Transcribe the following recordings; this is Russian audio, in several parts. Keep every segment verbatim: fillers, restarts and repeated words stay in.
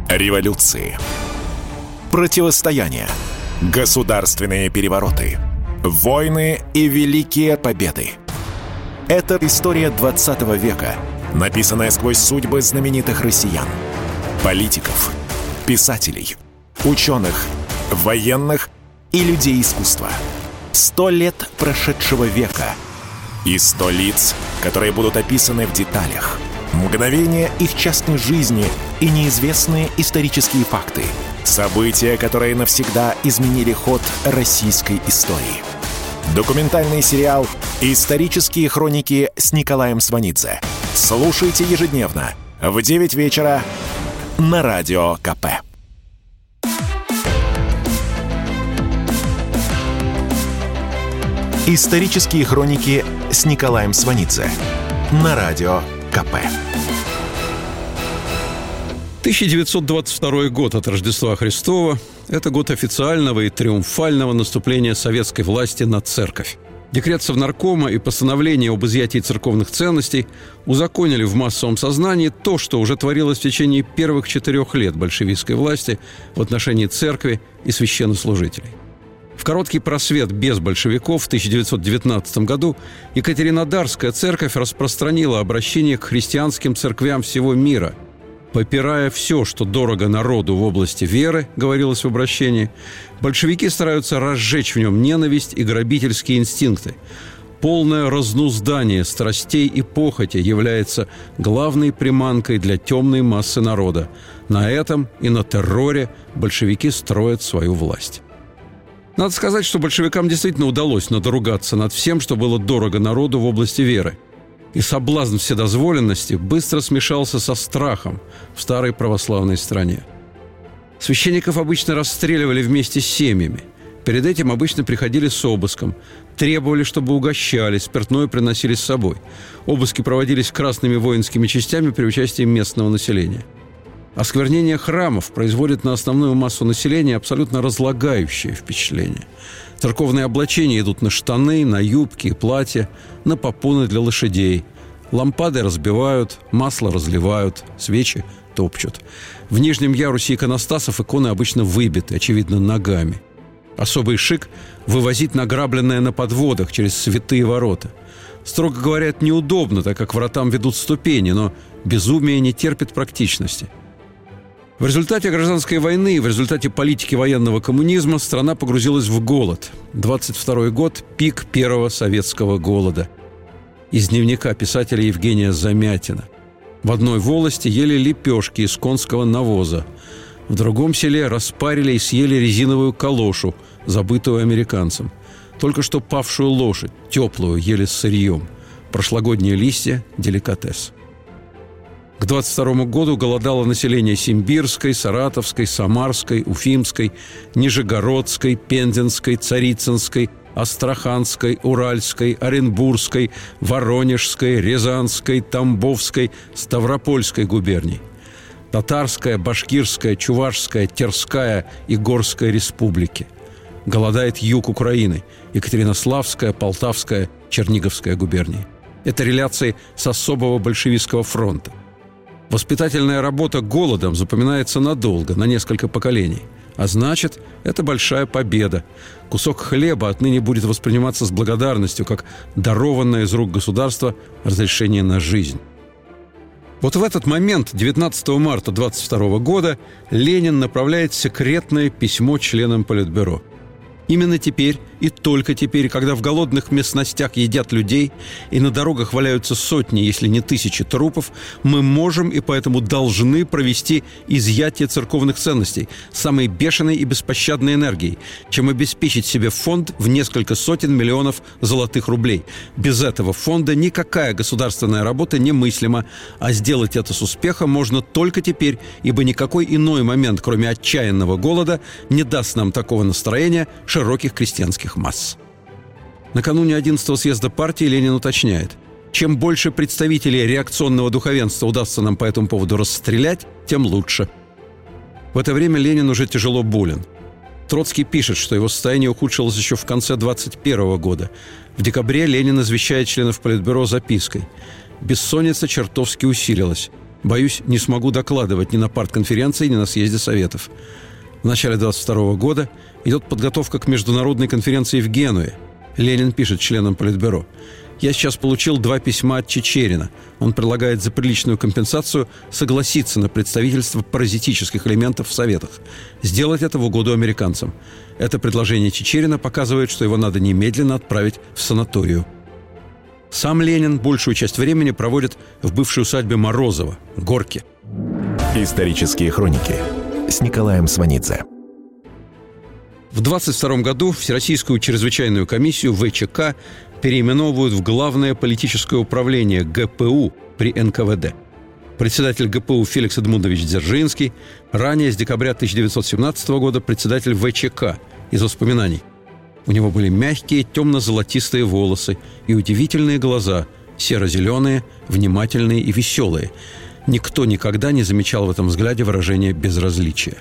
Революции, противостояния, государственные перевороты, войны и великие победы. Это история двадцатого века, написанная сквозь судьбы знаменитых россиян, политиков, писателей, ученых, военных и людей искусства. Сто лет прошедшего века и сто лиц, которые будут описаны в деталях. Мгновения их частной жизни и неизвестные исторические факты. События, которые навсегда изменили ход российской истории. Документальный сериал «Исторические хроники» с Николаем Сванидзе. Слушайте ежедневно в девять вечера на Радио КП. «Исторические хроники» с Николаем Сванидзе на Радио КП. тысяча девятьсот двадцать второй год от Рождества Христова – это год официального и триумфального наступления советской власти на церковь. Декрет Совнаркома и постановление об изъятии церковных ценностей узаконили в массовом сознании то, что уже творилось в течение первых четырех лет большевистской власти в отношении церкви и священнослужителей. В короткий просвет без большевиков в тысяча девятьсот девятнадцатом году Екатеринодарская церковь распространила обращение к христианским церквям всего мира. «Попирая все, что дорого народу в области веры», говорилось в обращении, большевики стараются разжечь в нем ненависть и грабительские инстинкты. Полное разнуздание страстей и похоти является главной приманкой для темной массы народа. На этом и на терроре большевики строят свою власть. Надо сказать, что большевикам действительно удалось надругаться над всем, что было дорого народу в области веры. И соблазн вседозволенности быстро смешался со страхом в старой православной стране. Священников обычно расстреливали вместе с семьями. Перед этим обычно приходили с обыском, требовали, чтобы угощали, спиртное приносили с собой. Обыски проводились красными воинскими частями при участии местного населения. Осквернение храмов производит на основную массу населения абсолютно разлагающее впечатление. Церковные облачения идут на штаны, на юбки и платья, на попоны для лошадей. Лампады разбивают, масло разливают, свечи топчут. В нижнем ярусе иконостасов иконы обычно выбиты, очевидно, ногами. Особый шик – вывозить награбленное на подводах через святые ворота. Строго говоря, это неудобно, так как вратам ведут ступени, но безумие не терпит практичности. В результате гражданской войны и в результате политики военного коммунизма страна погрузилась в голод. двадцать второй год – пик первого советского голода. Из дневника писателя Евгения Замятина. В одной волости ели лепешки из конского навоза. В другом селе распарили и съели резиновую калошу, забытую американцам. Только что павшую лошадь, теплую, ели с сырьем. Прошлогодние листья – деликатес. К двадцать второму году голодало население Симбирской, Саратовской, Самарской, Уфимской, Нижегородской, Пензенской, Царицынской, Астраханской, Уральской, Оренбургской, Воронежской, Рязанской, Тамбовской, Ставропольской губерний. Татарская, Башкирская, Чувашская, Терская и Горская республики. Голодает юг Украины, Екатеринославская, Полтавская, Черниговская губернии. Это реляции с особого большевистского фронта. Воспитательная работа голодом запоминается надолго, на несколько поколений. А значит, это большая победа. Кусок хлеба отныне будет восприниматься с благодарностью, как дарованное из рук государства разрешение на жизнь. Вот в этот момент, девятнадцатого марта двадцать второго года, Ленин направляет секретное письмо членам Политбюро. Именно теперь и только теперь, когда в голодных местностях едят людей и на дорогах валяются сотни, если не тысячи трупов, мы можем и поэтому должны провести изъятие церковных ценностей самой бешеной и беспощадной энергией, чем обеспечить себе фонд в несколько сотен миллионов золотых рублей. Без этого фонда никакая государственная работа немыслима, а сделать это с успехом можно только теперь, ибо никакой иной момент, кроме отчаянного голода, не даст нам такого настроения широких крестьянских масс. Накануне одиннадцатого съезда партии Ленин уточняет: чем больше представителей реакционного духовенства удастся нам по этому поводу расстрелять, тем лучше. В это время Ленин уже тяжело болен. Троцкий пишет, что его состояние ухудшилось еще в конце двадцать первого года. В декабре Ленин извещает членов Политбюро запиской: «Бессонница чертовски усилилась. Боюсь, не смогу докладывать ни на партконференции, ни на съезде Советов. В начале двадцать второго года идет подготовка к международной конференции в Генуе. Ленин пишет членам Политбюро: «Я сейчас получил два письма от Чичерина. Он предлагает за приличную компенсацию согласиться на представительство паразитических элементов в Советах. Сделать это в угоду американцам. Это предложение Чичерина показывает, что его надо немедленно отправить в санаторию». Сам Ленин большую часть времени проводит в бывшей усадьбе Морозова, Горки. Исторические хроники с Николаем Сванидзе. В двадцать втором году Всероссийскую чрезвычайную комиссию вэ че ка переименовывают в Главное политическое управление гэ пэ у при эн ка вэ дэ. Председатель гэ пэ у Феликс Эдмундович Дзержинский, ранее с декабря тысяча девятьсот семнадцатого года председатель вэ че ка, из воспоминаний. У него были мягкие темно-золотистые волосы и удивительные глаза, серо-зеленые, внимательные и веселые. Никто никогда не замечал в этом взгляде выражения безразличия.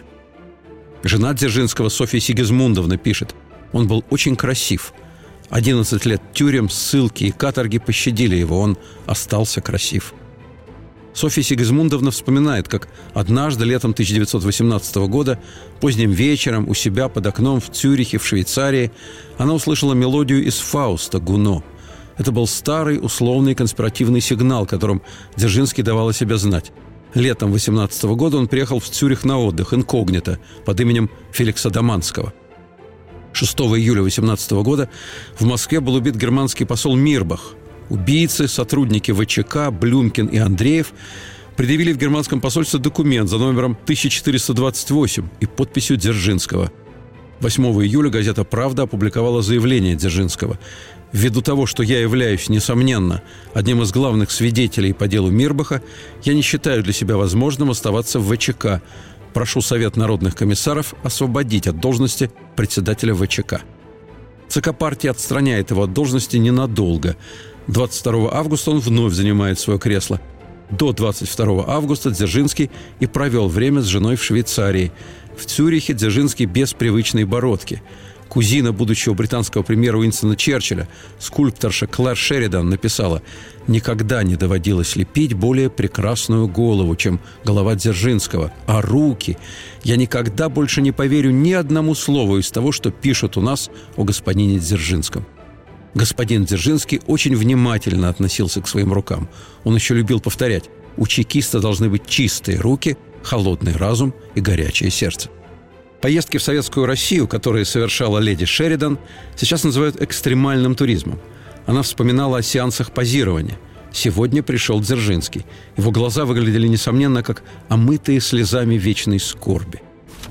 Жена Дзержинского, Софья Сигизмундовна, пишет: «Он был очень красив. Одиннадцать лет тюрем, ссылки и каторги пощадили его. Он остался красив». Софья Сигизмундовна вспоминает, как однажды летом тысяча девятьсот восемнадцатого года, поздним вечером у себя под окном в Цюрихе, в Швейцарии, она услышала мелодию из «Фауста» Гуно. Это был старый условный конспиративный сигнал, которым Дзержинский давал о себе знать. Летом восемнадцатого года он приехал в Цюрих на отдых, инкогнито, под именем Феликса Доманского. шестого июля восемнадцатого года в Москве был убит германский посол Мирбах. Убийцы, сотрудники вэ че ка, Блюмкин и Андреев предъявили в германском посольстве документ за номером тысяча четыреста двадцать восемь и подписью Дзержинского. восьмого июля газета «Правда» опубликовала заявление Дзержинского: «Ввиду того, что я являюсь, несомненно, одним из главных свидетелей по делу Мирбаха, я не считаю для себя возможным оставаться в вэ че ка. Прошу Совет народных комиссаров освободить от должности председателя вэ че ка». ЦК партии отстраняет его от должности ненадолго. двадцать второго августа он вновь занимает свое кресло. До двадцать второго августа Дзержинский и провел время с женой в Швейцарии. В Цюрихе Дзержинский без привычной бородки. Кузина будущего британского премьера Уинстона Черчилля, скульпторша Клэр Шеридан, написала: «Никогда не доводилось лепить более прекрасную голову, чем голова Дзержинского. А руки! Я никогда больше не поверю ни одному слову из того, что пишут у нас о господине Дзержинском». Господин Дзержинский очень внимательно относился к своим рукам. Он еще любил повторять: «У чекиста должны быть чистые руки, холодный разум и горячее сердце». Поездки в Советскую Россию, которые совершала леди Шеридан, сейчас называют экстремальным туризмом. Она вспоминала о сеансах позирования. Сегодня пришел Дзержинский. Его глаза выглядели, несомненно, как омытые слезами вечной скорби.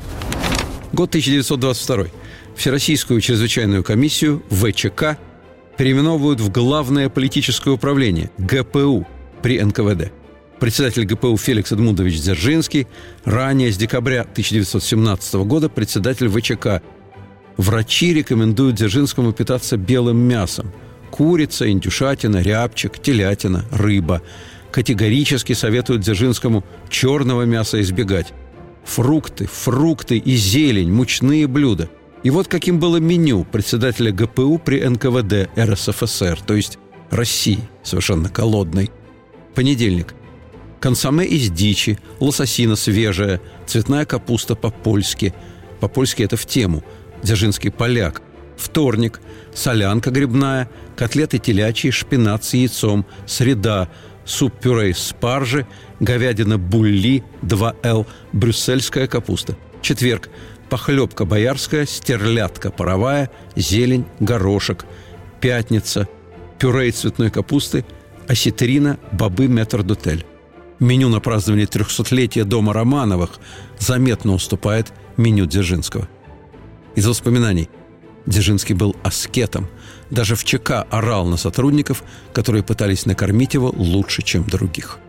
Год тысяча девятьсот двадцать второй. Всероссийскую чрезвычайную комиссию вэ че ка переименовывают в Главное политическое управление гэ пэ у при эн ка вэ дэ. Председатель гэ пэ у Феликс Эдмундович Дзержинский, ранее с декабря тысяча девятьсот семнадцатого года председатель вэ че ка. Врачи рекомендуют Дзержинскому питаться белым мясом: курица, индюшатина, рябчик, телятина, рыба. Категорически советуют Дзержинскому черного мяса избегать. Фрукты, фрукты и зелень, мучные блюда. И вот каким было меню председателя гэ пэ у при эн ка вэ дэ эр эс эф эс эр, то есть России, совершенно голодной. Понедельник. Консоме из дичи, лососина свежая, цветная капуста по-польски. По-польски это в тему. Дзержинский поляк. Вторник. Солянка грибная, котлеты телячьи, шпинат с яйцом. Среда. Суп-пюре из спаржи, говядина булли, два эл, брюссельская капуста. Четверг. Похлебка боярская, стерлядка паровая, зелень, горошек. Пятница. Пюре из цветной капусты, осетрина, бобы метрдотель. Меню на празднование трехсотлетия дома Романовых заметно уступает меню Дзержинского. Из воспоминаний. Дзержинский был аскетом. Даже в ЧК орал на сотрудников, которые пытались накормить его лучше, чем других.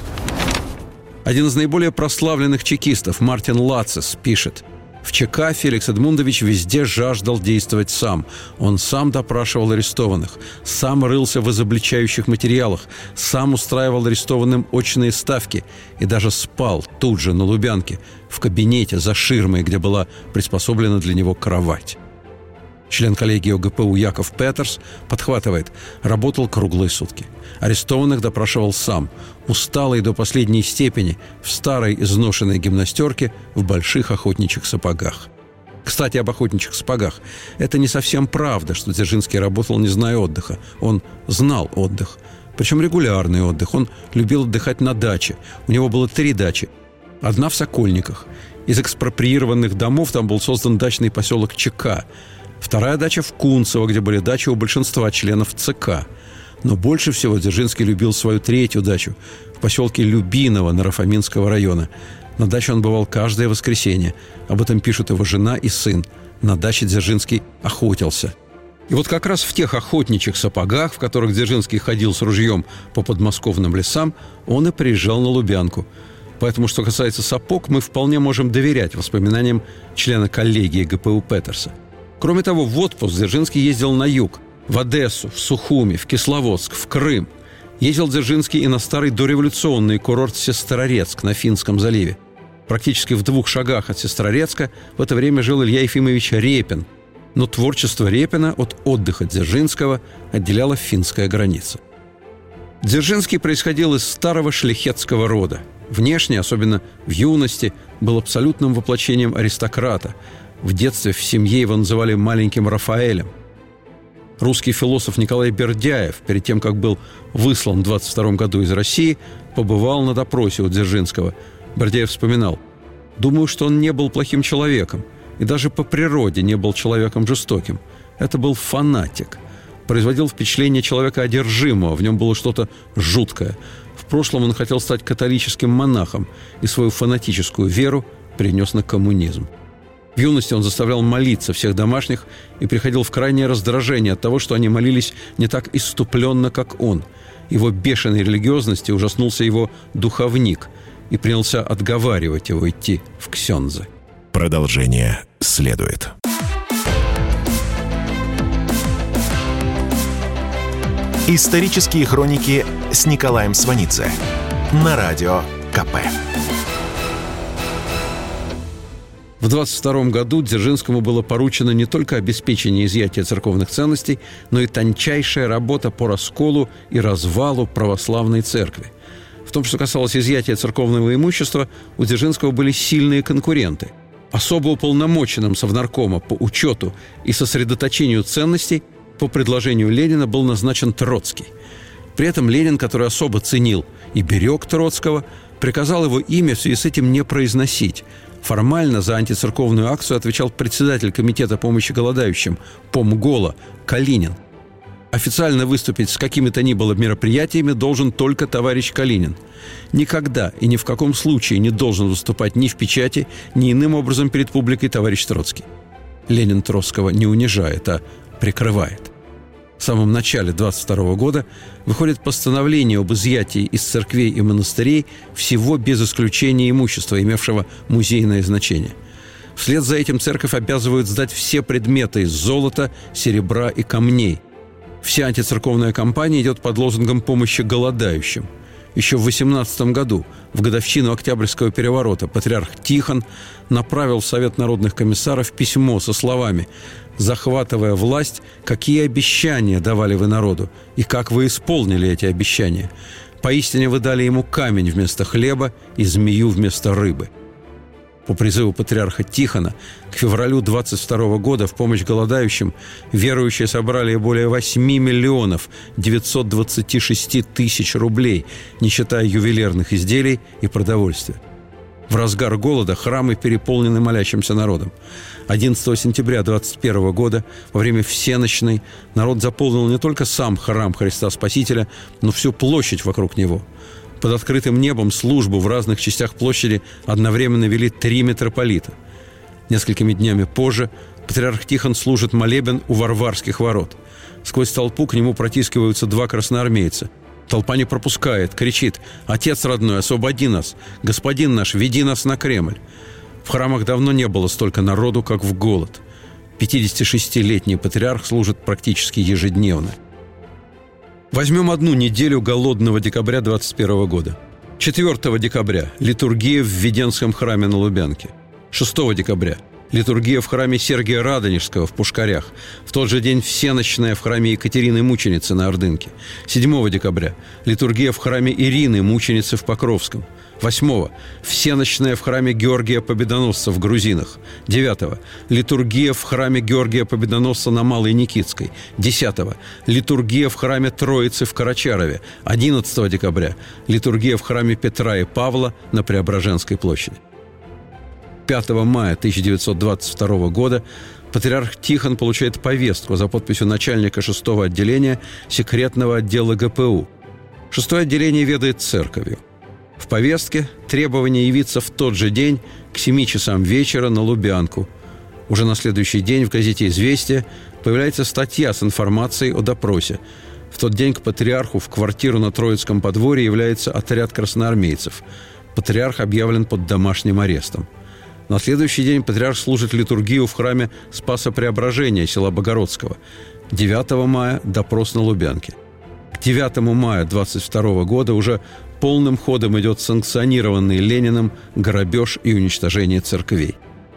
Один из наиболее прославленных чекистов, Мартин Лацис, пишет: «В ЧК Феликс Эдмундович везде жаждал действовать сам. Он сам допрашивал арестованных, сам рылся в изобличающих материалах, сам устраивал арестованным очные ставки и даже спал тут же на Лубянке, в кабинете за ширмой, где была приспособлена для него кровать». Член коллегии ОГПУ Яков Петерс подхватывает: работал круглые сутки. Арестованных допрашивал сам, усталый до последней степени, в старой изношенной гимнастерке, в больших охотничьих сапогах. Кстати, об охотничьих сапогах. Это не совсем правда, что Дзержинский работал, не зная отдыха. Он знал отдых. Причем регулярный отдых. Он любил отдыхать на даче. У него было три дачи. Одна в Сокольниках. Из экспроприированных домов там был создан дачный поселок ЧК. Вторая дача в Кунцево, где были дачи у большинства членов ЦК. Но больше всего Дзержинский любил свою третью дачу в поселке Любиново Наро-Фоминского района. На даче он бывал каждое воскресенье. Об этом пишут его жена и сын. На даче Дзержинский охотился. И вот как раз в тех охотничьих сапогах, в которых Дзержинский ходил с ружьем по подмосковным лесам, он и приезжал на Лубянку. Поэтому, что касается сапог, мы вполне можем доверять воспоминаниям члена коллегии ГПУ Петерса. Кроме того, в отпуск Дзержинский ездил на юг, в Одессу, в Сухуми, в Кисловодск, в Крым. Ездил Дзержинский и на старый дореволюционный курорт Сестрорецк на Финском заливе. Практически в двух шагах от Сестрорецка в это время жил Илья Ефимович Репин. Но творчество Репина от отдыха Дзержинского отделяла финская граница. Дзержинский происходил из старого шляхетского рода. Внешне, особенно в юности, был абсолютным воплощением аристократа. В детстве в семье его называли «маленьким Рафаэлем». Русский философ Николай Бердяев, перед тем, как был выслан в двадцать втором году из России, побывал на допросе у Дзержинского. Бердяев вспоминал: «Думаю, что он не был плохим человеком, и даже по природе не был человеком жестоким. Это был фанатик. Производил впечатление человека одержимого, в нем было что-то жуткое. В прошлом он хотел стать католическим монахом и свою фанатическую веру перенес на коммунизм. В юности он заставлял молиться всех домашних и приходил в крайнее раздражение от того, что они молились не так исступленно, как он. Его бешеной религиозности ужаснулся его духовник и принялся отговаривать его идти в ксензы». Продолжение следует. Исторические хроники с Николаем Сванидзе на Радио КП. В двадцать втором году Дзержинскому было поручено не только обеспечение изъятия церковных ценностей, но и тончайшая работа по расколу и развалу православной церкви. В том, что касалось изъятия церковного имущества, у Дзержинского были сильные конкуренты. Особо уполномоченным Совнаркома по учету и сосредоточению ценностей по предложению Ленина был назначен Троцкий. При этом Ленин, который особо ценил и берег Троцкого, приказал его имя в связи с этим не произносить. Формально за антицерковную акцию отвечал председатель Комитета помощи голодающим Помгола Калинин. Официально выступить с какими-то ни было мероприятиями должен только товарищ Калинин. Никогда и ни в каком случае не должен выступать ни в печати, ни иным образом перед публикой товарищ Троцкий. Ленин Троцкого не унижает, а прикрывает. В самом начале двадцать второго года выходит постановление об изъятии из церквей и монастырей всего без исключения имущества, имевшего музейное значение. Вслед за этим церковь обязывает сдать все предметы из золота, серебра и камней. Вся антицерковная кампания идет под лозунгом помощи голодающим. Еще в восемнадцатом году, в годовщину Октябрьского переворота, патриарх Тихон направил в Совет народных комиссаров письмо со словами: «Захватывая власть, какие обещания давали вы народу, и как вы исполнили эти обещания? Поистине вы дали ему камень вместо хлеба и змею вместо рыбы». По призыву патриарха Тихона к февралю двадцать второго года в помощь голодающим верующие собрали более восьми миллионов девятьсот двадцати шести тысяч рублей, не считая ювелирных изделий и продовольствия. В разгар голода храмы переполнены молящимся народом. одиннадцатого сентября двадцать первого года, во время всенощной, народ заполнил не только сам храм Христа Спасителя, но всю площадь вокруг него. Под открытым небом службу в разных частях площади одновременно вели три митрополита. Несколькими днями позже патриарх Тихон служит молебен у Варварских ворот. Сквозь толпу к нему протискиваются два красноармейца. Толпа не пропускает, кричит: «Отец родной, освободи нас! Господин наш, веди нас на Кремль!» В храмах давно не было столько народу, как в голод. пятидесятишестилетний патриарх служит практически ежедневно. Возьмем одну неделю голодного декабря двадцать первого года. четвёртого декабря – литургия в Введенском храме на Лубянке. шестого декабря Литургия в храме Сергия Радонежского в Пушкарях. В тот же день всенощная в храме Екатерины Мученицы на Ордынке. седьмого декабря литургия в храме Ирины Мученицы в Покровском. восьмого всенощная в храме Георгия Победоносца в Грузинах. девятого литургия в храме Георгия Победоносца на Малой Никитской. десятого литургия в храме Троицы в Карачарове. одиннадцатого декабря литургия в храме Петра и Павла на Преображенской площади. пятого мая тысяча девятьсот двадцать второго года патриарх Тихон получает повестку за подписью начальника шестого отделения секретного отдела ГПУ. Шестое отделение ведает церковью. В повестке требование явиться в тот же день к семи часам вечера на Лубянку. Уже на следующий день в газете «Известия» появляется статья с информацией о допросе. В тот день к патриарху в квартиру на Троицком подворье является отряд красноармейцев. Патриарх объявлен под домашним арестом. На следующий день патриарх служит литургию в храме Спаса Преображения села Богородского. девятого мая допрос на Лубянке. К девятому мая двадцать второго года уже полным ходом идет санкционированный Лениным грабеж и уничтожение церквей.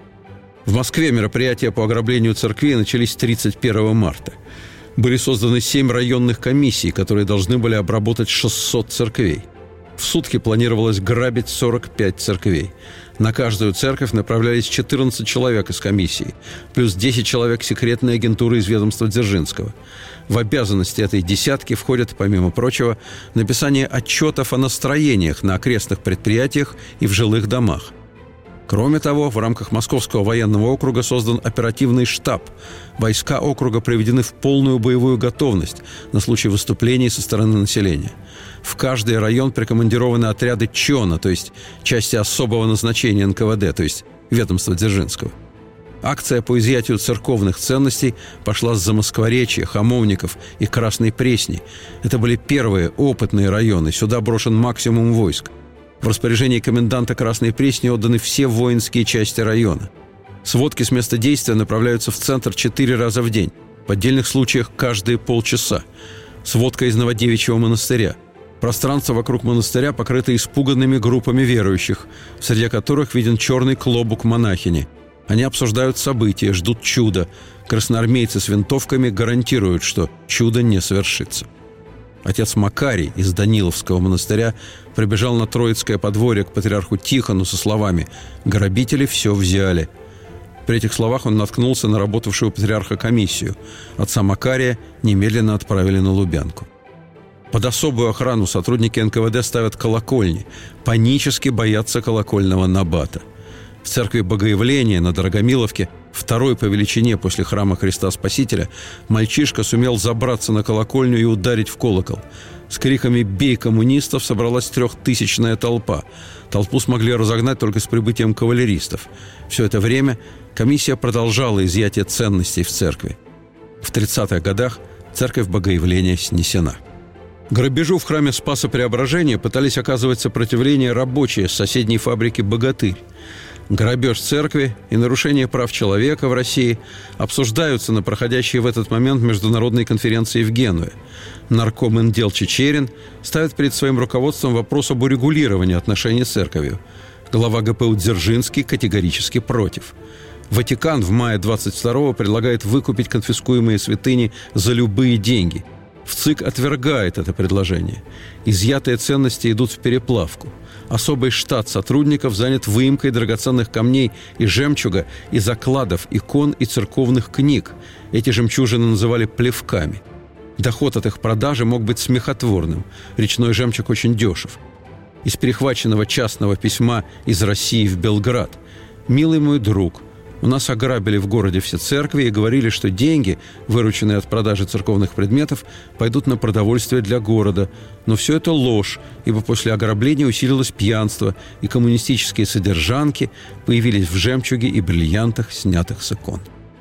В Москве мероприятия по ограблению церквей начались тридцать первого марта. Были созданы семь районных комиссий, которые должны были обработать шестьсот церквей. В сутки планировалось грабить сорок пять церквей. На каждую церковь направлялись четырнадцать человек из комиссии, плюс десять человек секретной агентуры из ведомства Дзержинского. В обязанности этой десятки входят, помимо прочего, написание отчетов о настроениях на окрестных предприятиях и в жилых домах. Кроме того, в рамках Московского военного округа создан оперативный штаб. Войска округа приведены в полную боевую готовность на случай выступлений со стороны населения. В каждый район прикомандированы отряды ЧОНа, то есть части особого назначения эн ка вэ дэ, то есть ведомства Дзержинского. Акция по изъятию церковных ценностей пошла с Замоскворечья, Хамовников и Красной Пресни. Это были первые опытные районы, сюда брошен максимум войск. В распоряжении коменданта Красной Пресни отданы все воинские части района. Сводки с места действия направляются в центр четыре раза в день, в отдельных случаях каждые полчаса. Сводка из Новодевичьего монастыря. Пространство вокруг монастыря покрыто испуганными группами верующих, среди которых виден черный клобук монахини. Они обсуждают события, ждут чуда. Красноармейцы с винтовками гарантируют, что чудо не совершится. Отец Макарий из Даниловского монастыря прибежал на Троицкое подворье к патриарху Тихону со словами «Грабители все взяли». При этих словах он наткнулся на работавшую у патриарха комиссию. Отца Макария немедленно отправили на Лубянку. Под особую охрану сотрудники эн ка вэ дэ ставят колокольни. Панически боятся колокольного набата. В церкви Богоявления на Дорогомиловке, второй по величине после храма Христа Спасителя, мальчишка сумел забраться на колокольню и ударить в колокол. С криками «Бей коммунистов!» собралась трехтысячная толпа. Толпу смогли разогнать только с прибытием кавалеристов. Все это время комиссия продолжала изъятие ценностей в церкви. В тридцатых годах церковь Богоявления снесена. Грабежу в храме Спаса Преображения пытались оказывать сопротивление рабочие с соседней фабрики «Богатырь». Грабеж церкви и нарушение прав человека в России обсуждаются на проходящей в этот момент международной конференции в Генуе. Наркоминдел Чичерин ставит перед своим руководством вопрос об урегулировании отношений с церковью. Глава гэ пэ у Дзержинский категорически против. Ватикан в мае двадцать второго предлагает выкупить конфискуемые святыни за любые деньги. В ЦИК отвергает это предложение. Изъятые ценности идут в переплавку. Особый штат сотрудников занят выемкой драгоценных камней и жемчуга из окладов, икон и церковных книг. Эти жемчужины называли плевками. Доход от их продажи мог быть смехотворным. Речной жемчуг очень дешев. Из перехваченного частного письма из России в Белград. «Милый мой друг, у нас ограбили в городе все церкви и говорили, что деньги, вырученные от продажи церковных предметов, пойдут на продовольствие для города. Но все это ложь, ибо после ограбления усилилось пьянство, и коммунистические содержанки появились в жемчуге и бриллиантах, снятых с икон».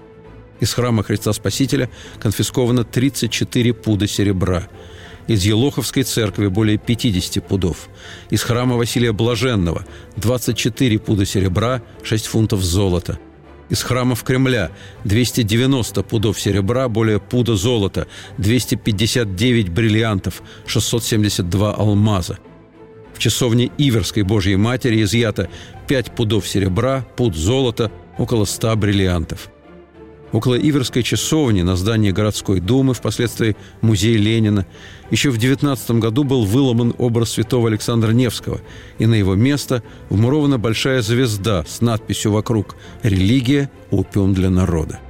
Из храма Христа Спасителя конфисковано тридцать четыре пуда серебра. Из Елоховской церкви более пятьдесят пудов. Из храма Василия Блаженного двадцать четыре пуда серебра, шесть фунтов золота. Из храмов Кремля двести девяносто пудов серебра, более пуда золота, двести пятьдесят девять бриллиантов, шестьсот семьдесят два алмаза. В часовне Иверской Божьей Матери изъято пять пудов серебра, пуд золота, около ста бриллиантов. Около Иверской часовни на здании городской думы, впоследствии музей Ленина, еще в девятнадцатом году был выломан образ святого Александра Невского, и на его место вмурована большая звезда с надписью вокруг «Религия – опиум для народа».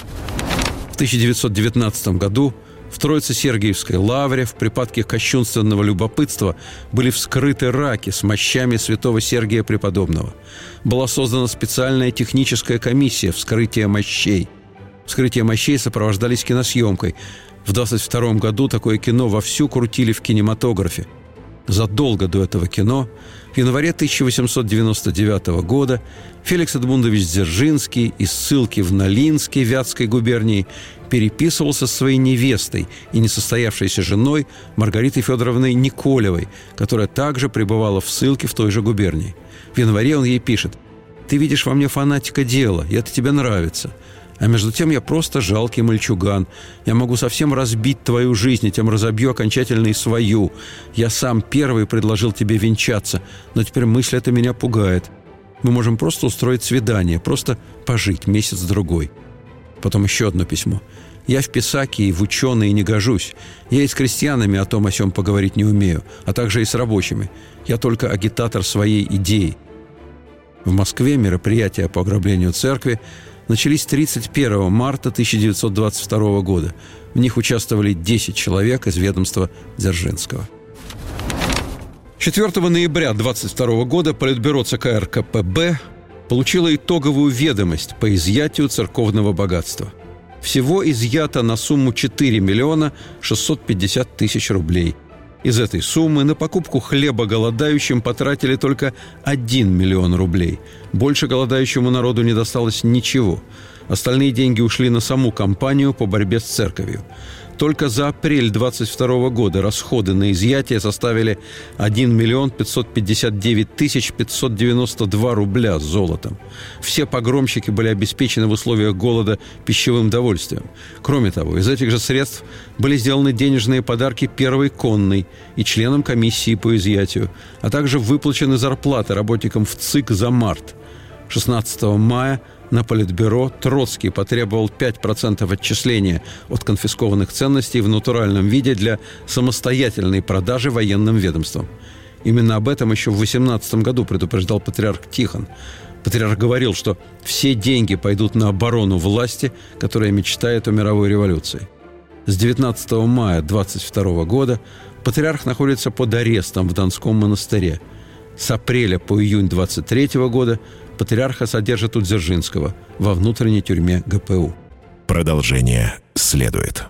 В тысяча девятьсот девятнадцатом году в Троице-Сергиевской лавре в припадке кощунственного любопытства были вскрыты раки с мощами святого Сергия Преподобного. Была создана специальная техническая комиссия вскрытия мощей. Вскрытие мощей сопровождались киносъемкой. В двадцать втором году такое кино вовсю крутили в кинематографе. Задолго до этого кино, в январе тысяча восемьсот девяносто девятого года, Феликс Эдмундович Дзержинский из ссылки в Нолинске Вятской губернии переписывался со своей невестой и несостоявшейся женой Маргаритой Федоровной Николевой, которая также пребывала в ссылке в той же губернии. В январе он ей пишет: «Ты видишь во мне фанатика дела, и это тебе нравится. А между тем я просто жалкий мальчуган. Я могу совсем разбить твою жизнь, и тем разобью окончательно и свою. Я сам первый предложил тебе венчаться, но теперь мысль эта меня пугает. Мы можем просто устроить свидание, просто пожить месяц-другой». Потом еще одно письмо. «Я в писаки и в ученые не гожусь. Я и с крестьянами о том о сём поговорить не умею, а также и с рабочими. Я только агитатор своей идеи». В Москве мероприятия по ограблению церкви начались тридцать первого марта тысяча девятьсот двадцать второго года. В них участвовали десять человек из ведомства Дзержинского. четвёртого ноября двадцать второго года Политбюро ЦК эр ка пэ бэ получило итоговую ведомость по изъятию церковного богатства. Всего изъято на сумму четыре миллиона шестьсот пятьдесят тысяч рублей. Из этой суммы на покупку хлеба голодающим потратили только один миллион рублей. Больше голодающему народу не досталось ничего. Остальные деньги ушли на саму кампанию по борьбе с церковью. Только за апрель двадцать второго года расходы на изъятие составили один миллион пятьсот пятьдесят девять тысяч пятьсот девяносто два рубля с золотом. Все погромщики были обеспечены в условиях голода пищевым довольствием. Кроме того, из этих же средств были сделаны денежные подарки первой конной и членам комиссии по изъятию, а также выплачены зарплаты работникам в ЦИК за март. шестнадцатого мая на Политбюро Троцкий потребовал пять процентов отчисления от конфискованных ценностей в натуральном виде для самостоятельной продажи военным ведомствам. Именно об этом еще в восемнадцатом году предупреждал патриарх Тихон. Патриарх говорил, что все деньги пойдут на оборону власти, которая мечтает о мировой революции. С девятнадцатого мая двадцать второго года патриарх находится под арестом в Донском монастыре. С апреля по июнь двадцать третьего года патриарха содержат у Дзержинского во внутренней тюрьме гэ пэ у. Продолжение следует.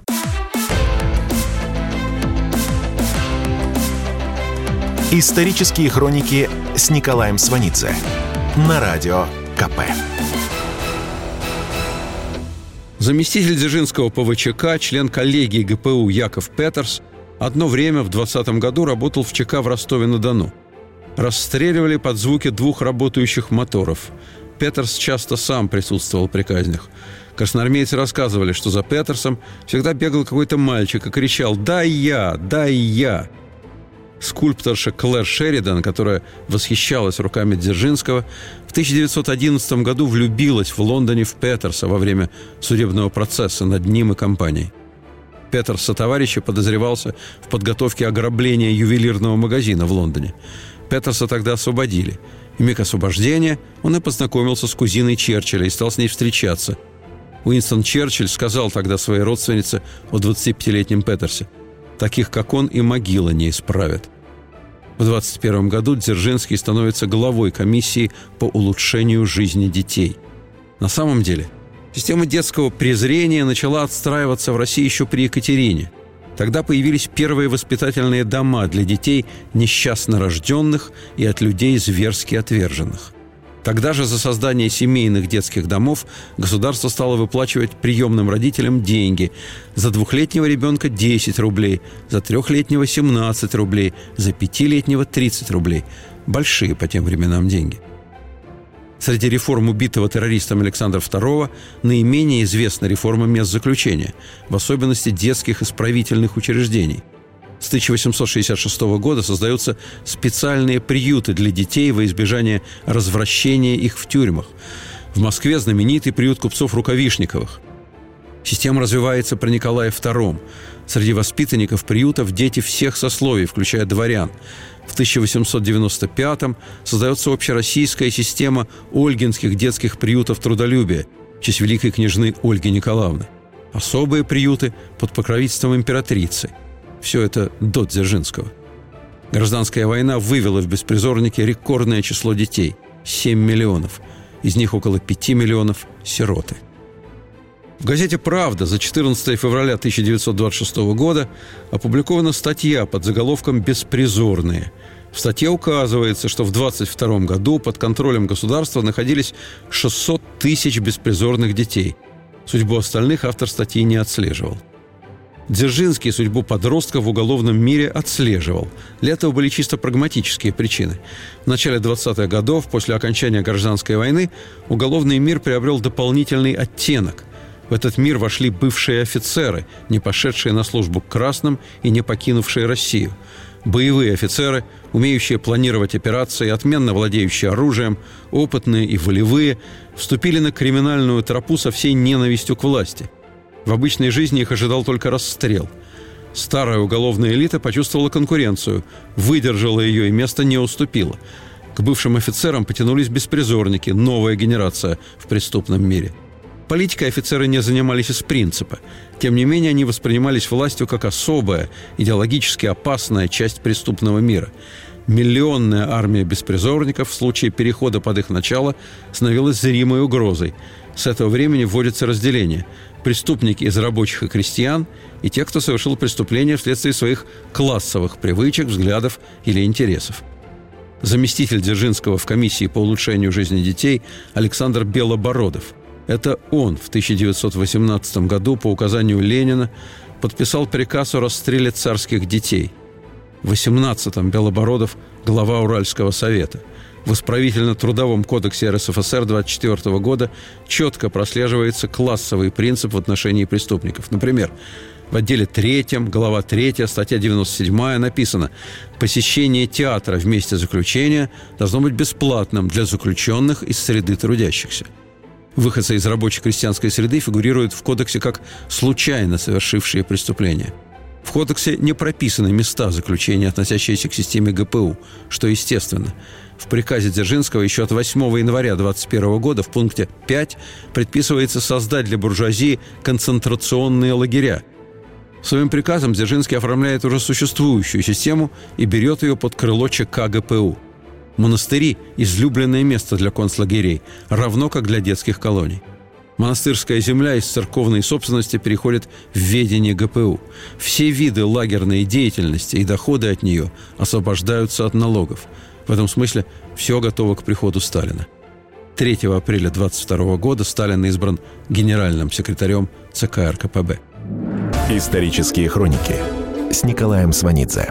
Исторические хроники с Николаем Сванидзе на радио ка пэ. Заместитель Дзержинского пэ вэ че ка, член коллегии гэ пэ у Яков Петерс одно время в двадцатом году работал в ЧК в Ростове-на-Дону. Расстреливали под звуки двух работающих моторов. Петерс часто сам присутствовал при казнях. Красноармейцы рассказывали, что за Петерсом всегда бегал какой-то мальчик и кричал «Дай я! Дай я!». Скульпторша Клэр Шеридан, которая восхищалась руками Дзержинского, в тысяча девятьсот одиннадцатом году влюбилась в Лондоне в Петерса во время судебного процесса над ним и компанией. Петерс сотоварища подозревался в подготовке ограбления ювелирного магазина в Лондоне. Петерса тогда освободили. И в миг освобождения он и познакомился с кузиной Черчилля и стал с ней встречаться. Уинстон Черчилль сказал тогда своей родственнице о двадцатипятилетнем Петерсе: «Таких, как он, и могила не исправят». В двадцать первом году Дзержинский становится главой комиссии по улучшению жизни детей. На самом деле, система детского презрения начала отстраиваться в России еще при Екатерине. Тогда появились первые воспитательные дома для детей несчастно рожденных и от людей зверски отверженных. Тогда же за создание семейных детских домов государство стало выплачивать приемным родителям деньги. За двухлетнего ребенка десять рублей, за трехлетнего семнадцать рублей, за пятилетнего тридцать рублей. Большие по тем временам деньги. Среди реформ убитого террористом Александра второго наименее известна реформа мест заключения, в особенности детских исправительных учреждений. С тысяча восемьсот шестьдесят шестого года создаются специальные приюты для детей во избежание развращения их в тюрьмах. В Москве знаменитый приют купцов Рукавишниковых. Система развивается при Николае втором. Среди воспитанников приютов дети всех сословий, включая дворян. В тысяча восемьсот девяносто пятом создается общероссийская система ольгинских детских приютов трудолюбия в честь великой княжны Ольги Николаевны. Особые приюты под покровительством императрицы. Все это до Дзержинского. Гражданская война вывела в беспризорники рекордное число детей – семь миллионов. Из них около пяти миллионов – сироты. В газете «Правда» за четырнадцатое февраля тысяча девятьсот двадцать шестого года опубликована статья под заголовком «Беспризорные». В статье указывается, что в двадцать втором году под контролем государства находились шестьсот тысяч беспризорных детей. Судьбу остальных автор статьи не отслеживал. Дзержинский судьбу подростков в уголовном мире отслеживал. Для этого были чисто прагматические причины. В начале двадцатых годов, после окончания гражданской войны, уголовный мир приобрел дополнительный оттенок. В этот мир вошли бывшие офицеры, не пошедшие на службу к красным и не покинувшие Россию. Боевые офицеры, умеющие планировать операции, отменно владеющие оружием, опытные и волевые, вступили на криминальную тропу со всей ненавистью к власти. В обычной жизни их ожидал только расстрел. Старая уголовная элита почувствовала конкуренцию, выдержала ее и место не уступила. К бывшим офицерам потянулись беспризорники, новая генерация в преступном мире. Политикой офицеры не занимались из принципа. Тем не менее, они воспринимались властью как особая, идеологически опасная часть преступного мира. Миллионная армия беспризорников в случае перехода под их начало становилась зримой угрозой. С этого времени вводится разделение – преступники из рабочих и крестьян и те, кто совершил преступления вследствие своих классовых привычек, взглядов или интересов. Заместитель Дзержинского в комиссии по улучшению жизни детей Александр Белобородов. Это он в тысяча девятьсот восемнадцатом году по указанию Ленина подписал приказ о расстреле царских детей. В восемнадцатом Белобородов – глава Уральского совета. В исправительно-трудовом кодексе эр эс эф эс эр двадцать четвёртого года четко прослеживается классовый принцип в отношении преступников. Например, в отделе третьем, глава третья, статья девяносто седьмая написано: «Посещение театра в месте заключения должно быть бесплатным для заключенных из среды трудящихся». Выходцы из рабоче-крестьянской среды фигурируют в кодексе как случайно совершившие преступления. В кодексе не прописаны места заключения, относящиеся к системе гэ пэ у, что естественно. В приказе Дзержинского еще от восьмого января двадцать первого года в пункте пять предписывается создать для буржуазии концентрационные лагеря. Своим приказом Дзержинский оформляет уже существующую систему и берет ее под крыло ЧК гэ пэ у. Монастыри – излюбленное место для концлагерей, равно как для детских колоний. Монастырская земля из церковной собственности переходит в ведение гэ пэ у. Все виды лагерной деятельности и доходы от нее освобождаются от налогов. В этом смысле все готово к приходу Сталина. третьего апреля двадцать второго года Сталин избран генеральным секретарем ЦК эр ка пэ бэ. Исторические хроники с Николаем Сванидзе.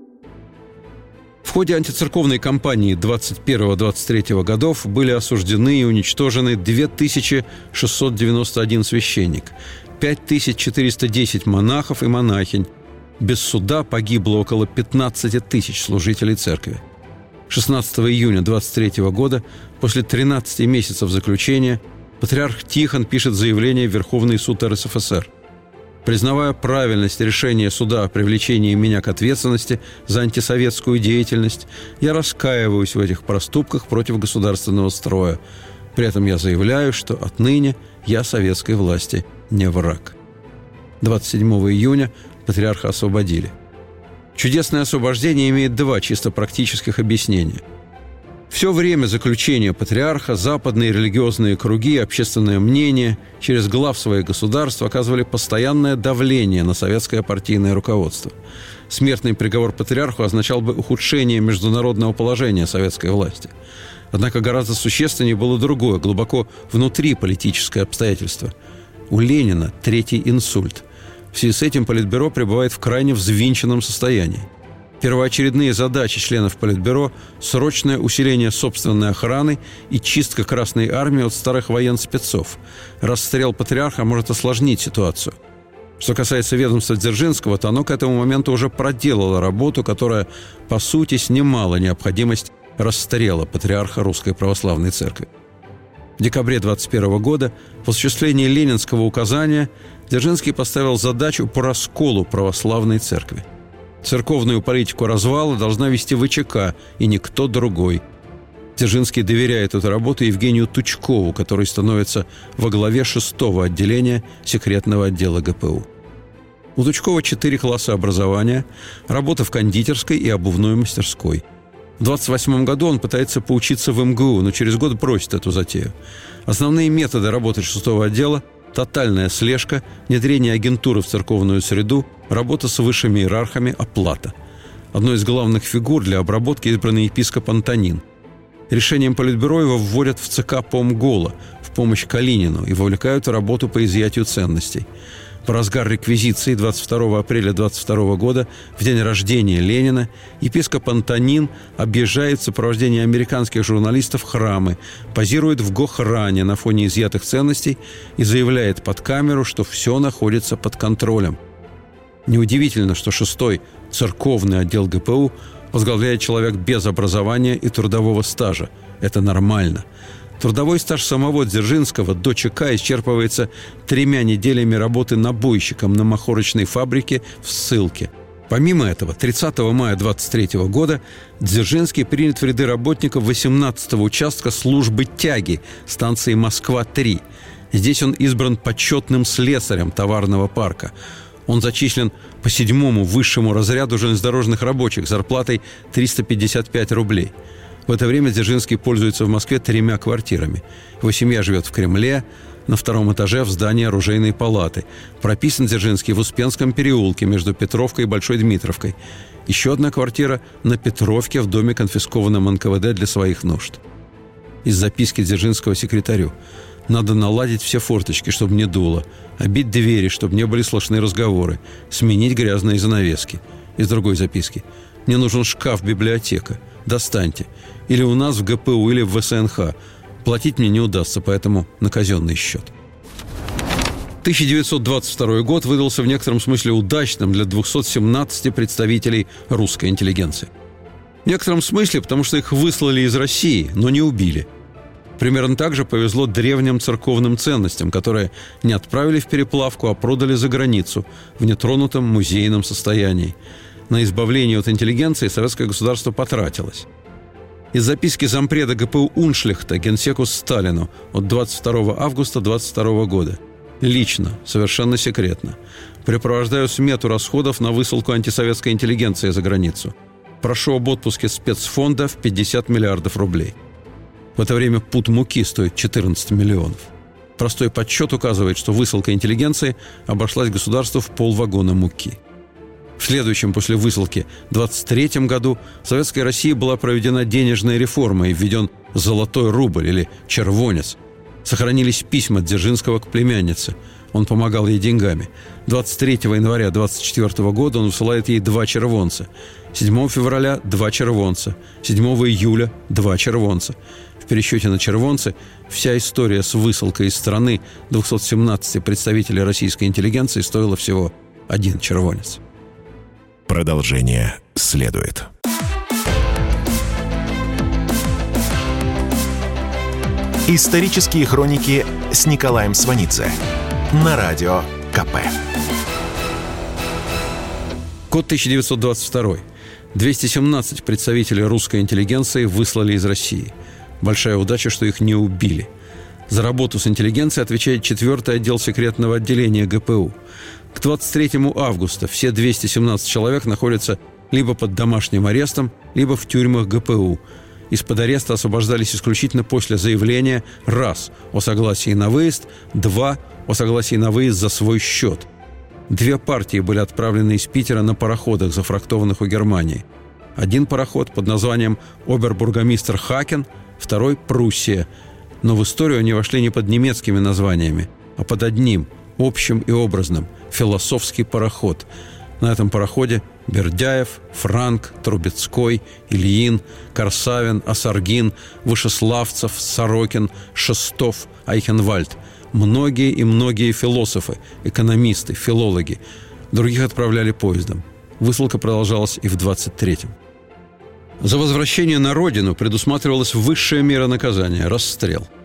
В ходе антицерковной кампании двадцать первого — двадцать третьего годов были осуждены и уничтожены две тысячи шестьсот девяносто один священник, пять тысяч четыреста десять монахов и монахинь. Без суда погибло около пятнадцать тысяч служителей церкви. шестнадцатого июня двадцать третьего года, после тринадцати месяцев заключения, патриарх Тихон пишет заявление в Верховный суд эр эс эф эс эр. Признавая правильность решения суда о привлечении меня к ответственности за антисоветскую деятельность, я раскаиваюсь в этих проступках против государственного строя. При этом я заявляю, что отныне я советской власти не враг. двадцать седьмого июня патриарха освободили. Чудесное освобождение имеет два чисто практических объяснения. Все время заключения патриарха западные религиозные круги и общественное мнение через глав своих государств оказывали постоянное давление на советское партийное руководство. Смертный приговор патриарху означал бы ухудшение международного положения советской власти. Однако гораздо существеннее было другое, глубоко внутриполитическое обстоятельство. У Ленина третий инсульт. В связи с этим Политбюро пребывает в крайне взвинченном состоянии. Первоочередные задачи членов Политбюро – срочное усиление собственной охраны и чистка Красной Армии от старых военспецов. Расстрел патриарха может осложнить ситуацию. Что касается ведомства Дзержинского, то оно к этому моменту уже проделало работу, которая, по сути, снимала необходимость расстрела патриарха Русской Православной Церкви. В декабре двадцать первого года в осуществлении ленинского указания Дзержинский поставил задачу по расколу православной церкви. Церковную политику развала должна вести ВЧК и никто другой. Дзержинский доверяет эту работу Евгению Тучкову, который становится во главе шестого отделения секретного отдела ГПУ. У Тучкова четыре класса образования, работа в кондитерской и обувной мастерской. В двадцать восьмом году он пытается поучиться в эм гэ у, но через год бросит эту затею. Основные методы работы шестого отдела – тотальная слежка, внедрение агентуры в церковную среду, работа с высшими иерархами, оплата. Одной из главных фигур для обработки избранный епископ Антонин. Решением Политбюро его вводят в ЦК Помгола в помощь Калинину и вовлекают в работу по изъятию ценностей. В разгар реквизиции двадцать второго апреля двадцать второго года, в день рождения Ленина, епископ Антонин объезжает в сопровождении американских журналистов храмы, позирует в Гохране на фоне изъятых ценностей и заявляет под камеру, что все находится под контролем. Неудивительно, что шестой церковный отдел ГПУ возглавляет человек без образования и трудового стажа. Это нормально. Трудовой стаж самого Дзержинского до ЧК исчерпывается тремя неделями работы набойщиком на махорочной фабрике в ссылке. Помимо этого, тридцатого мая двадцать третьего года Дзержинский принят в ряды работников восемнадцатого участка службы тяги станции Москва-три. Здесь он избран почетным слесарем товарного парка. Он зачислен по седьмому высшему разряду железнодорожных рабочих с зарплатой триста пятьдесят пять рублей. В это время Дзержинский пользуется в Москве тремя квартирами. Его семья живет в Кремле, на втором этаже в здании оружейной палаты. Прописан Дзержинский в Успенском переулке между Петровкой и Большой Дмитровкой. Еще одна квартира на Петровке в доме, конфискованном эн ка вэ дэ для своих нужд. Из записки Дзержинского секретарю: «Надо наладить все форточки, чтобы не дуло, обить двери, чтобы не были слышны разговоры, сменить грязные занавески». Из другой записки: «Мне нужен шкаф-библиотека. Достаньте. Или у нас в гэ пэ у, или в вэ эс эн ха. Платить мне не удастся, поэтому на казенный счет». тысяча девятьсот двадцать второй год выдался в некотором смысле удачным для двухсот семнадцати представителей русской интеллигенции. В некотором смысле, потому что их выслали из России, но не убили. Примерно так же повезло древним церковным ценностям, которые не отправили в переплавку, а продали за границу в нетронутом музейном состоянии. На избавление от интеллигенции советское государство потратилось. Из записки зампреда гэ пэ у Уншлихта генсеку Сталину от двадцать второго августа двадцать второго года. Лично, совершенно секретно. Препровождаю смету расходов на высылку антисоветской интеллигенции за границу. Прошу об отпуске спецфонда в пятьдесят миллиардов рублей. В это время пуд муки стоит четырнадцать миллионов. Простой подсчет указывает, что высылка интеллигенции обошлась государству в полвагона муки. В следующем после высылки двадцать третьем году в Советской России была проведена денежная реформа и введен золотой рубль или червонец. Сохранились письма Дзержинского к племяннице. Он помогал ей деньгами. двадцать третьего января двадцать четвёртого года он высылает ей два червонца. седьмого февраля – два червонца. седьмого июля – два червонца. В пересчете на червонцы вся история с высылкой из страны двухсот семнадцати представителей российской интеллигенции стоила всего один червонец. Продолжение следует. Исторические хроники с Николаем Сванидзе на радио ка пэ. Год тысяча девятьсот двадцать второй. двести семнадцать представителей русской интеллигенции выслали из России. Большая удача, что их не убили. За работу с интеллигенцией отвечает четвертый отдел секретного отделения гэ пэ у. К двадцать третьему августа все двести семнадцать человек находятся либо под домашним арестом, либо в тюрьмах гэ пэ у. Из-под ареста освобождались исключительно после заявления раз о согласии на выезд, два о согласии на выезд за свой счет. Две партии были отправлены из Питера на пароходах, зафрахтованных у Германии. Один пароход под названием «Обербургомистр Хакен», второй «Пруссия». Но в историю они вошли не под немецкими названиями, а под одним, общим и образным – «Философский пароход». На этом пароходе Бердяев, Франк, Трубецкой, Ильин, Корсавин, Осаргин, Вышеславцев, Сорокин, Шестов, Айхенвальд. Многие и многие философы, экономисты, филологи. Других отправляли поездом. Высылка продолжалась и в двадцать третьем. За возвращение на родину предусматривалась высшая мера наказания – расстрел.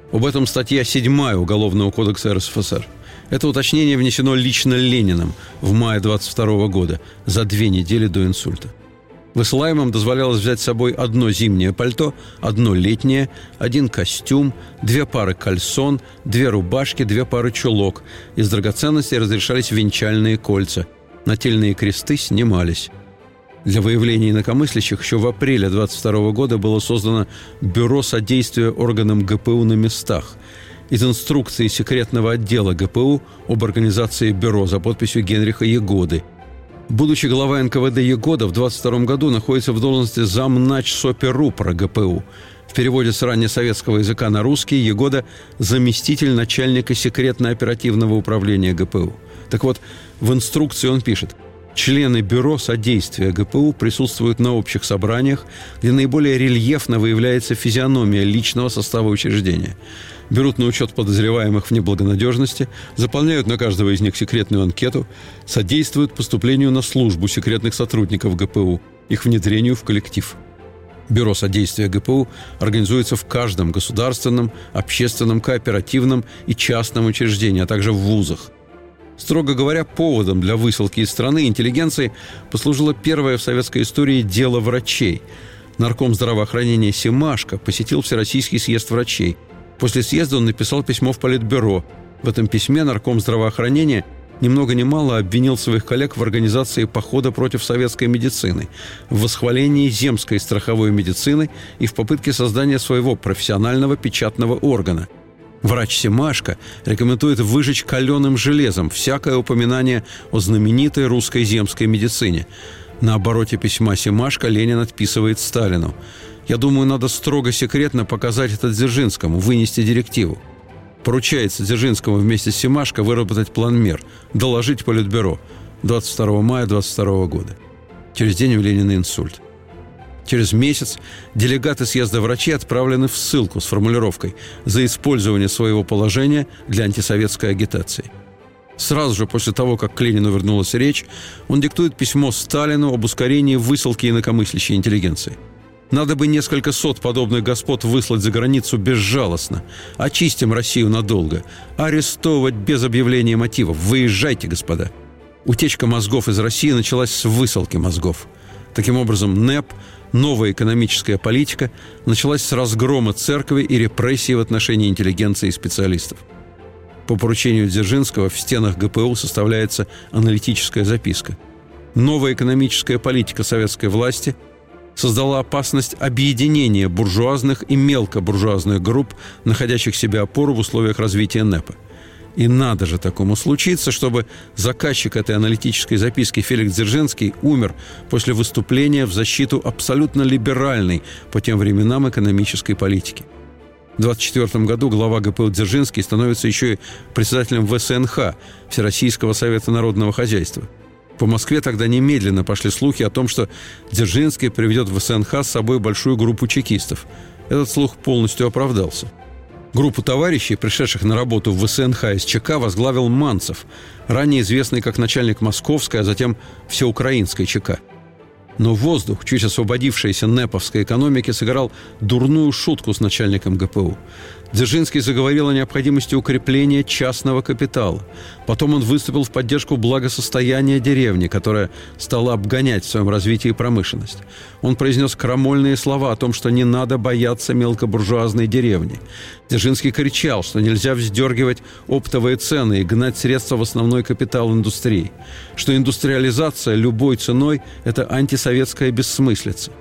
Об этом статья седьмая Уголовного кодекса эр эс эф эс эр. Это уточнение внесено лично Лениным в мае двадцать второго года, за две недели до инсульта. Высылаемым дозволялось взять с собой одно зимнее пальто, одно летнее, один костюм, две пары кальсон, две рубашки, две пары чулок. Из драгоценностей разрешались венчальные кольца. Нательные кресты снимались. Для выявления инакомыслящих еще в апреле двадцать второго года было создано Бюро содействия органам гэ пэ у на местах. Из инструкции секретного отдела гэ пэ у об организации бюро за подписью Генриха Ягоды. Будучи глава эн ка вэ дэ Ягода в двадцать втором году находится в должности замначсоперупра гэ пэ у. В переводе с раннесоветского языка на русский Ягода – заместитель начальника секретно-оперативного управления гэ пэ у. Так вот, в инструкции он пишет: члены Бюро содействия гэ пэ у присутствуют на общих собраниях, где наиболее рельефно выявляется физиономия личного состава учреждения. Берут на учет подозреваемых в неблагонадежности, заполняют на каждого из них секретную анкету, содействуют поступлению на службу секретных сотрудников гэ пэ у, их внедрению в коллектив. Бюро содействия гэ пэ у организуется в каждом государственном, общественном, кооперативном и частном учреждении, а также в вузах. Строго говоря, поводом для высылки из страны интеллигенции послужило первое в советской истории дело врачей. Нарком здравоохранения Семашко посетил Всероссийский съезд врачей. После съезда он написал письмо в Политбюро. В этом письме нарком здравоохранения ни много ни мало обвинил своих коллег в организации похода против советской медицины, в восхвалении земской страховой медицины и в попытке создания своего профессионального печатного органа. Врач Семашко рекомендует выжечь каленым железом всякое упоминание о знаменитой русской земской медицине. На обороте письма Семашко Ленин отписывает Сталину: «Я думаю, надо строго секретно показать это Дзержинскому, вынести директиву». Поручается Дзержинскому вместе с Семашко выработать план мер, доложить Политбюро. двадцать второго мая двадцать второго года. Через день у Ленина инсульт. Через месяц делегаты съезда врачей отправлены в ссылку с формулировкой «за использование своего положения для антисоветской агитации». Сразу же после того, как к Ленину вернулась речь, он диктует письмо Сталину об ускорении высылки инакомыслящей интеллигенции. Надо бы несколько сот подобных господ выслать за границу безжалостно. Очистим Россию надолго. Арестовывать без объявления мотивов. Выезжайте, господа. Утечка мозгов из России началась с высылки мозгов. Таким образом, НЭП, новая экономическая политика, началась с разгрома церкви и репрессий в отношении интеллигенции и специалистов. По поручению Дзержинского в стенах гэ пэ у составляется аналитическая записка. Новая экономическая политика советской власти создала опасность объединения буржуазных и мелкобуржуазных групп, находящих себе опору в условиях развития НЭПа. И надо же такому случиться, чтобы заказчик этой аналитической записки Феликс Дзержинский умер после выступления в защиту абсолютно либеральной по тем временам экономической политики. В двадцать четвёртом году глава гэ пэ у Дзержинский становится еще и председателем вэ эс эн ха, Всероссийского совета народного хозяйства. По Москве тогда немедленно пошли слухи о том, что Дзержинский приведет в вэ эс эн ха с собой большую группу чекистов. Этот слух полностью оправдался. Группу товарищей, пришедших на работу в вэ эс эн ха из ЧК, возглавил Манцев, ранее известный как начальник московской, а затем всеукраинской ЧК. Но воздух, чуть освободившейся нэповской экономики, сыграл дурную шутку с начальником гэ пэ у. Дзержинский заговорил о необходимости укрепления частного капитала. Потом он выступил в поддержку благосостояния деревни, которая стала обгонять в своем развитии промышленность. Он произнес крамольные слова о том, что не надо бояться мелкобуржуазной деревни. Дзержинский кричал, что нельзя вздергивать оптовые цены и гнать средства в основной капитал индустрии, что индустриализация любой ценой – это антисоветская бессмыслица.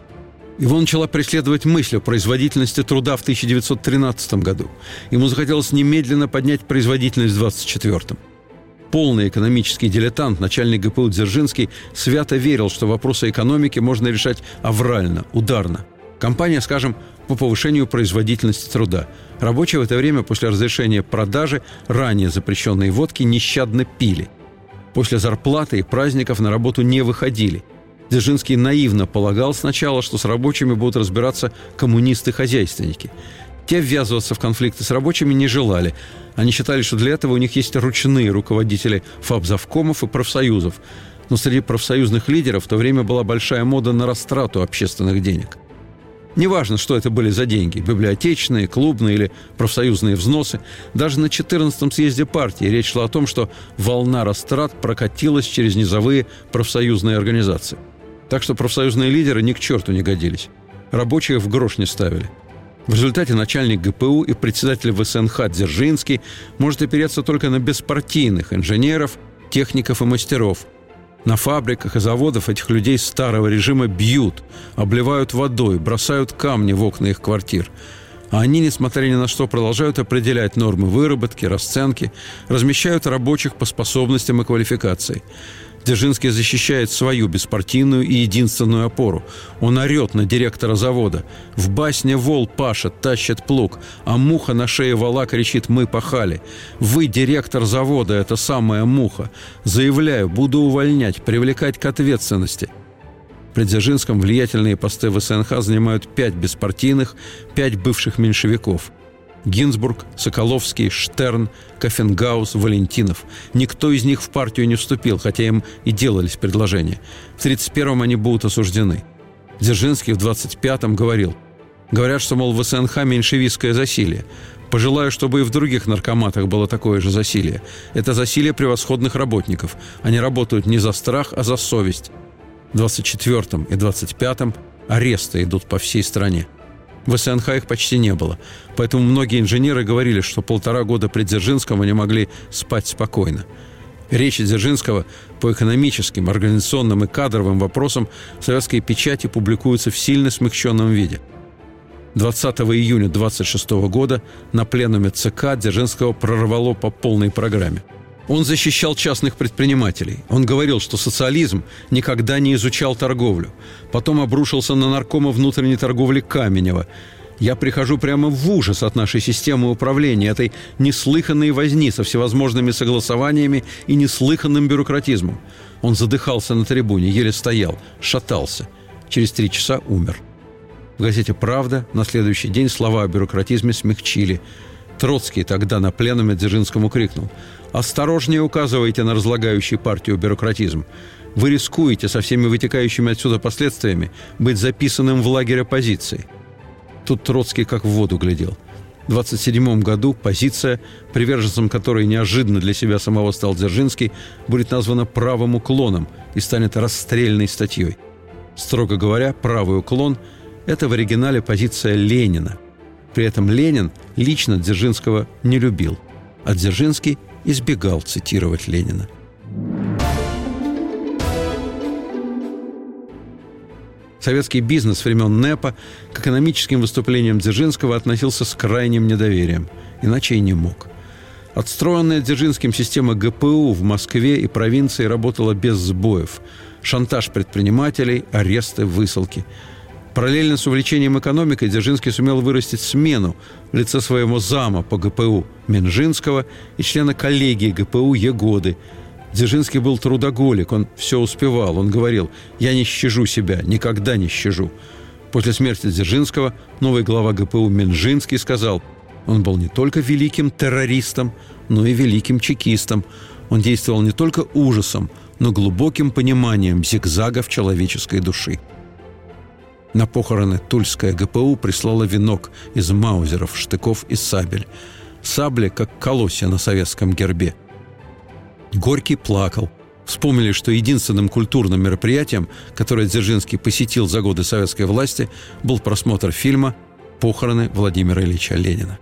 Его начала преследовать мысль о производительности труда в тысяча девятьсот тринадцатом году. Ему захотелось немедленно поднять производительность в двадцать четвёртом. Полный экономический дилетант, начальник гэ пэ у Дзержинский, свято верил, что вопросы экономики можно решать аврально, ударно. Компания, скажем, по повышению производительности труда. Рабочие в это время после разрешения продажи ранее запрещенной водки нещадно пили. После зарплаты и праздников на работу не выходили. Дзержинский наивно полагал сначала, что с рабочими будут разбираться коммунисты-хозяйственники. Те ввязываться в конфликты с рабочими не желали. Они считали, что для этого у них есть ручные руководители фабзавкомов и профсоюзов. Но среди профсоюзных лидеров в то время была большая мода на растрату общественных денег. Неважно, что это были за деньги – библиотечные, клубные или профсоюзные взносы. Даже на четырнадцатом съезде партии речь шла о том, что волна растрат прокатилась через низовые профсоюзные организации. Так что профсоюзные лидеры ни к черту не годились. Рабочих в грош не ставили. В результате начальник ГПУ и председатель ВСНХ Дзержинский может опереться только на беспартийных инженеров, техников и мастеров. На фабриках и заводах этих людей старого режима бьют, обливают водой, бросают камни в окна их квартир. А они, несмотря ни на что, продолжают определять нормы выработки, расценки, размещают рабочих по способностям и квалификации. Дзержинский защищает свою беспартийную и единственную опору. Он орет на директора завода. В басне вол пашет, тащит плуг, а муха на шее вола кричит: «Мы пахали». Вы, директор завода, это самая муха. Заявляю, буду увольнять, привлекать к ответственности. При Дзержинском влиятельные посты в СНХ занимают пять беспартийных, пять бывших меньшевиков. Гинзбург, Соколовский, Штерн, Кафенгаус, Валентинов. Никто из них в партию не вступил, хотя им и делались предложения. В тридцать первом они будут осуждены. Дзержинский в двадцать пятом говорил: «Говорят, что, мол, в СНХ меньшевистское засилие. Пожелаю, чтобы и в других наркоматах было такое же засилие. Это засилие превосходных работников. Они работают не за страх, а за совесть». В двадцать четвёртом и двадцать пятом аресты идут по всей стране. В СНХ их почти не было, поэтому многие инженеры говорили, что полтора года при Дзержинском они могли спать спокойно. Речи Дзержинского по экономическим, организационным и кадровым вопросам в советской печати публикуются в сильно смягченном виде. двадцатого июня двадцать шестого года на пленуме ЦК Дзержинского прорвало по полной программе. Он защищал частных предпринимателей. Он говорил, что социализм никогда не изучал торговлю. Потом обрушился на наркома внутренней торговли Каменева. «Я прихожу прямо в ужас от нашей системы управления, этой неслыханной возни со всевозможными согласованиями и неслыханным бюрократизмом». Он задыхался на трибуне, еле стоял, шатался. Через три часа умер. В газете «Правда» на следующий день слова о бюрократизме смягчили. Троцкий тогда на пленуме Дзержинскому крикнул: «Осторожнее указывайте на разлагающий партию бюрократизм. Вы рискуете со всеми вытекающими отсюда последствиями быть записанным в лагерь оппозиции». Тут Троцкий как в воду глядел. В двадцать седьмом году позиция, приверженцем которой неожиданно для себя самого стал Дзержинский, будет названа правым уклоном и станет расстрельной статьей. Строго говоря, правый уклон – это в оригинале позиция Ленина. При этом Ленин лично Дзержинского не любил, а Дзержинский избегал цитировать Ленина. Советский бизнес времен НЭПа к экономическим выступлениям Дзержинского относился с крайним недоверием, иначе и не мог. Отстроенная Дзержинским система ГПУ в Москве и провинции работала без сбоев. Шантаж предпринимателей, аресты, высылки. Параллельно с увлечением экономикой Дзержинский сумел вырастить смену в лице своего зама по ГПУ Минжинского и члена коллегии ГПУ Егоды. Дзержинский был трудоголик, он все успевал. Он говорил: «Я не щажу себя, никогда не щажу». После смерти Дзержинского новый глава ГПУ Минжинский сказал: он был не только великим террористом, но и великим чекистом. Он действовал не только ужасом, но глубоким пониманием зигзагов человеческой души. На похороны Тульская ГПУ прислала венок из маузеров, штыков и сабель. Сабли, как колосья на советском гербе. Горький плакал. Вспомнили, что единственным культурным мероприятием, которое Дзержинский посетил за годы советской власти, был просмотр фильма «Похороны Владимира Ильича Ленина».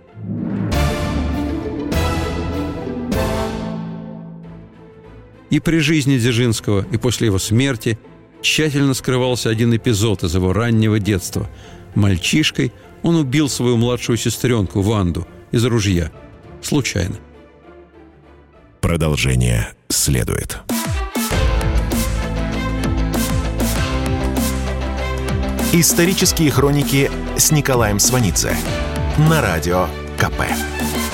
И при жизни Дзержинского, и после его смерти тщательно скрывался один эпизод из его раннего детства. Мальчишкой он убил свою младшую сестренку Ванду из ружья. Случайно. Продолжение следует. Исторические хроники с Николаем Сванидзе на радио ка пэ.